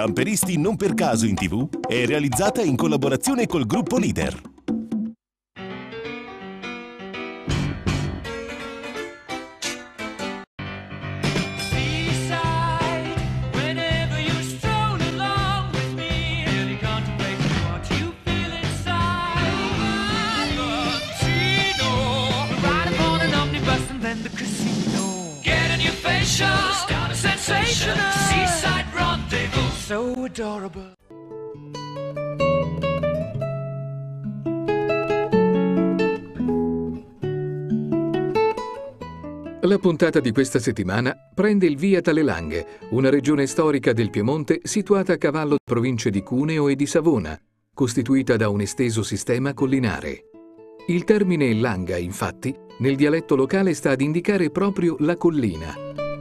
Camperisti non per caso in TV è realizzata in collaborazione col gruppo Leader. So adorable. La puntata di questa settimana prende il via dalle Langhe, una regione storica del Piemonte situata a cavallo di province di Cuneo e di Savona, costituita da un esteso sistema collinare. Il termine Langa, infatti, nel dialetto locale sta ad indicare proprio la collina.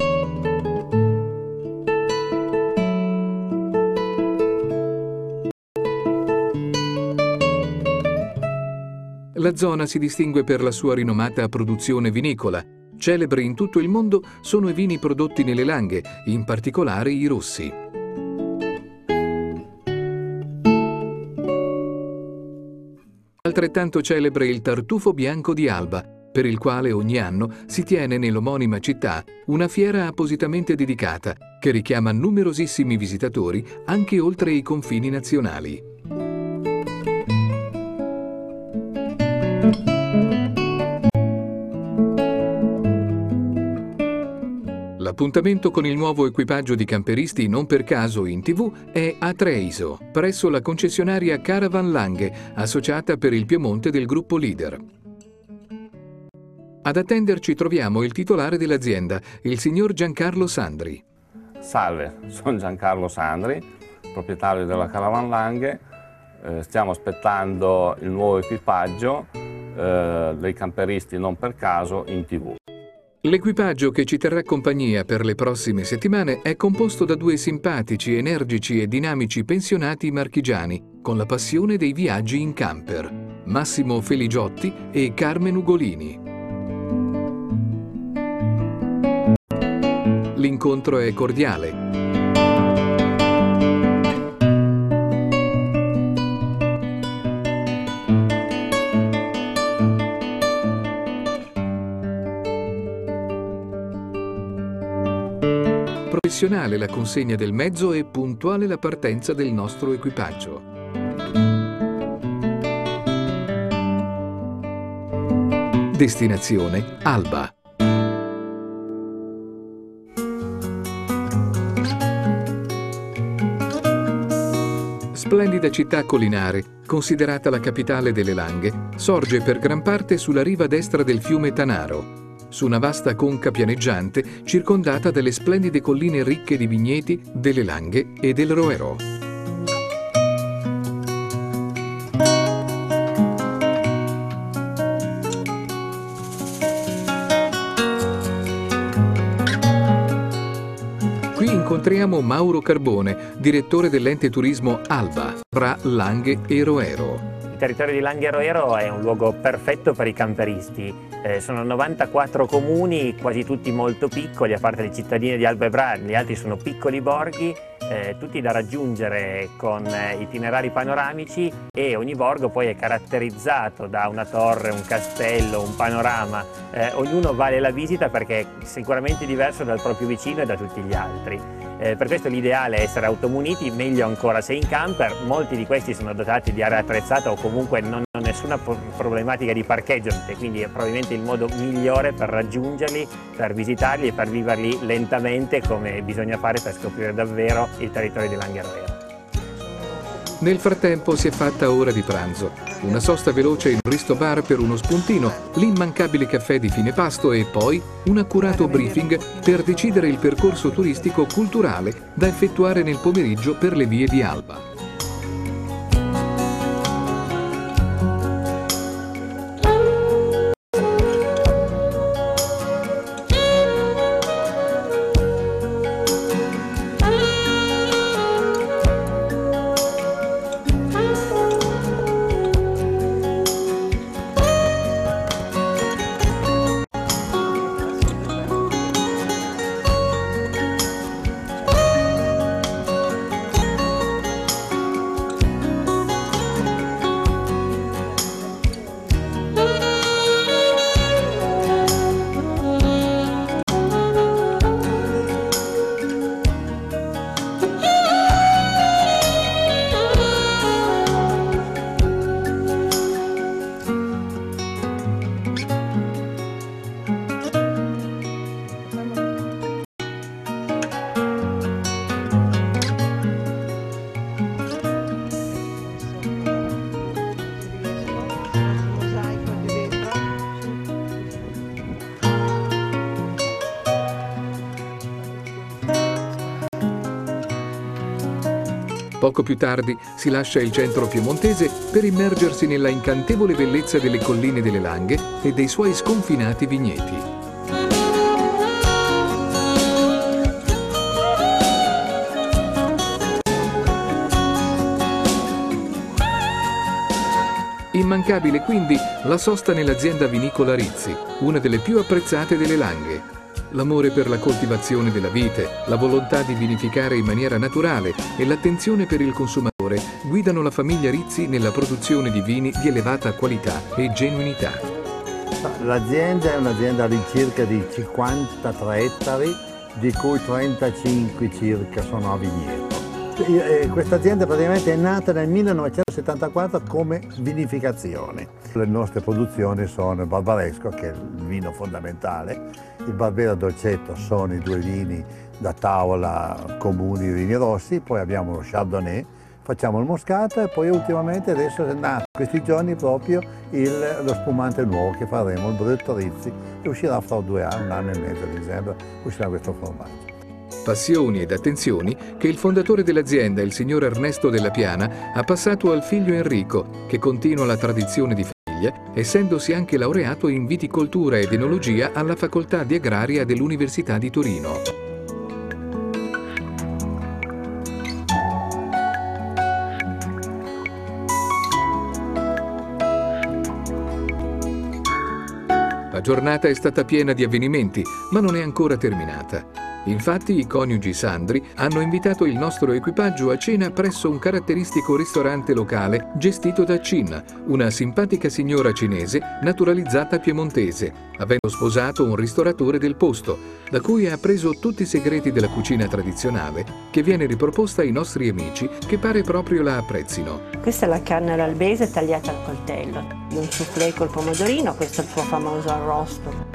La zona si distingue per la sua rinomata produzione vinicola. Celebri in tutto il mondo sono i vini prodotti nelle Langhe, in particolare i rossi. Altrettanto celebre il tartufo bianco di Alba, per il quale ogni anno si tiene nell'omonima città una fiera appositamente dedicata, che richiama numerosissimi visitatori anche oltre i confini nazionali. L'appuntamento con il nuovo equipaggio di camperisti non per caso in TV è a Treiso, presso la concessionaria Caravan Langhe, associata per il Piemonte del gruppo Leader. Ad attenderci troviamo il titolare dell'azienda, il signor Giancarlo Sandri. Salve, sono Giancarlo Sandri, proprietario della Caravan Langhe. Stiamo aspettando il nuovo equipaggio dei camperisti non per caso in TV. L'equipaggio che ci terrà compagnia per le prossime settimane è composto da due simpatici, energici e dinamici pensionati marchigiani con la passione dei viaggi in camper, Massimo Feligiotti e Carmen Ugolini. L'incontro è cordiale. Professionale la consegna del mezzo e puntuale la partenza del nostro equipaggio. Destinazione Alba. Splendida città collinare, considerata la capitale delle Langhe, sorge per gran parte sulla riva destra del fiume Tanaro, su una vasta conca pianeggiante circondata dalle splendide colline ricche di vigneti delle Langhe e del Roero. Qui incontriamo Mauro Carbone, direttore dell'ente turismo Alba, tra Langhe e Roero. Il territorio di Langhe e Roero è un luogo perfetto per i camperisti. Sono 94 comuni, quasi tutti molto piccoli, a parte le cittadine di Alba e Bra, gli altri sono piccoli borghi, tutti da raggiungere con itinerari panoramici, e ogni borgo poi è caratterizzato da una torre, un castello, un panorama. Ognuno vale la visita perché è sicuramente diverso dal proprio vicino e da tutti gli altri. Per questo l'ideale è essere automuniti, meglio ancora se in camper. Molti di questi sono dotati di area attrezzata o comunque non hanno nessuna problematica di parcheggio, e quindi è probabilmente il modo migliore per raggiungerli, per visitarli e per viverli lentamente, come bisogna fare per scoprire davvero il territorio di Langhe e Roero. Nel frattempo si è fatta ora di pranzo, una sosta veloce in un risto bar per uno spuntino, l'immancabile caffè di fine pasto e poi un accurato briefing per decidere il percorso turistico culturale da effettuare nel pomeriggio per le vie di Alba. Poco più tardi si lascia il centro piemontese per immergersi nella incantevole bellezza delle colline delle Langhe e dei suoi sconfinati vigneti. Immancabile quindi la sosta nell'azienda vinicola Rizzi, una delle più apprezzate delle Langhe. L'amore per la coltivazione della vite, la volontà di vinificare in maniera naturale e l'attenzione per il consumatore guidano la famiglia Rizzi nella produzione di vini di elevata qualità e genuinità. L'azienda è un'azienda all'incirca di 53 ettari, di cui 35 circa sono a vigneto. Questa azienda praticamente è nata nel 1974 come vinificazione. Le nostre produzioni sono il Barbaresco, che è il vino fondamentale, il Barbera Dolcetto sono i due vini da tavola comuni, i vini rossi, poi abbiamo lo Chardonnay, facciamo il Moscato e poi ultimamente adesso è nato questi giorni proprio lo spumante nuovo che faremo, il Brut Rizzi, che uscirà fra 2 anni, 1 anno e mezzo mi sembra, uscirà questo formaggio. Passioni ed attenzioni che il fondatore dell'azienda, il signor Ernesto Della Piana, ha passato al figlio Enrico, che continua la tradizione di famiglia, essendosi anche laureato in viticoltura ed enologia alla Facoltà di Agraria dell'Università di Torino. La giornata è stata piena di avvenimenti, ma non è ancora terminata. Infatti i coniugi Sandri hanno invitato il nostro equipaggio a cena presso un caratteristico ristorante locale gestito da Chin, una simpatica signora cinese naturalizzata piemontese, avendo sposato un ristoratore del posto, da cui ha appreso tutti i segreti della cucina tradizionale che viene riproposta ai nostri amici che pare proprio la apprezzino. Questa è la carne all'albese tagliata al coltello, un soufflé col pomodorino, questo è il suo famoso arrosto.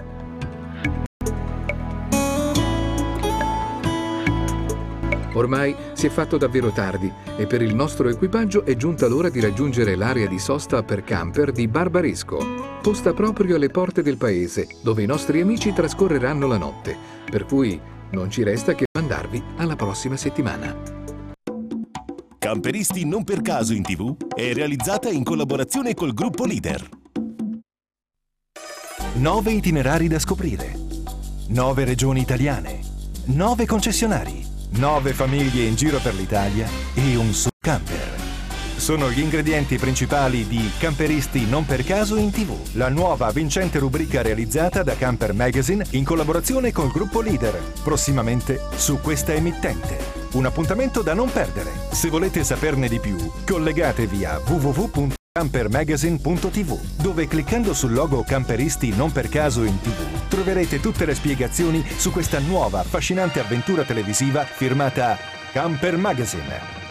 Ormai si è fatto davvero tardi e per il nostro equipaggio è giunta l'ora di raggiungere l'area di sosta per camper di Barbaresco, posta proprio alle porte del paese, dove i nostri amici trascorreranno la notte, per cui non ci resta che mandarvi alla prossima settimana. Camperisti non per caso in TV è realizzata in collaborazione col gruppo Leader. 9 itinerari da scoprire, 9 regioni italiane, 9 concessionari, 9 famiglie in giro per l'Italia e un solo camper. Sono gli ingredienti principali di Camperisti non per caso in TV, la nuova vincente rubrica realizzata da Camper Magazine in collaborazione col gruppo Leader, prossimamente su questa emittente. Un appuntamento da non perdere. Se volete saperne di più, collegatevi a www.campermagazine.tv, dove cliccando sul logo Camperisti non per caso in TV troverete tutte le spiegazioni su questa nuova affascinante avventura televisiva firmata Camper Magazine.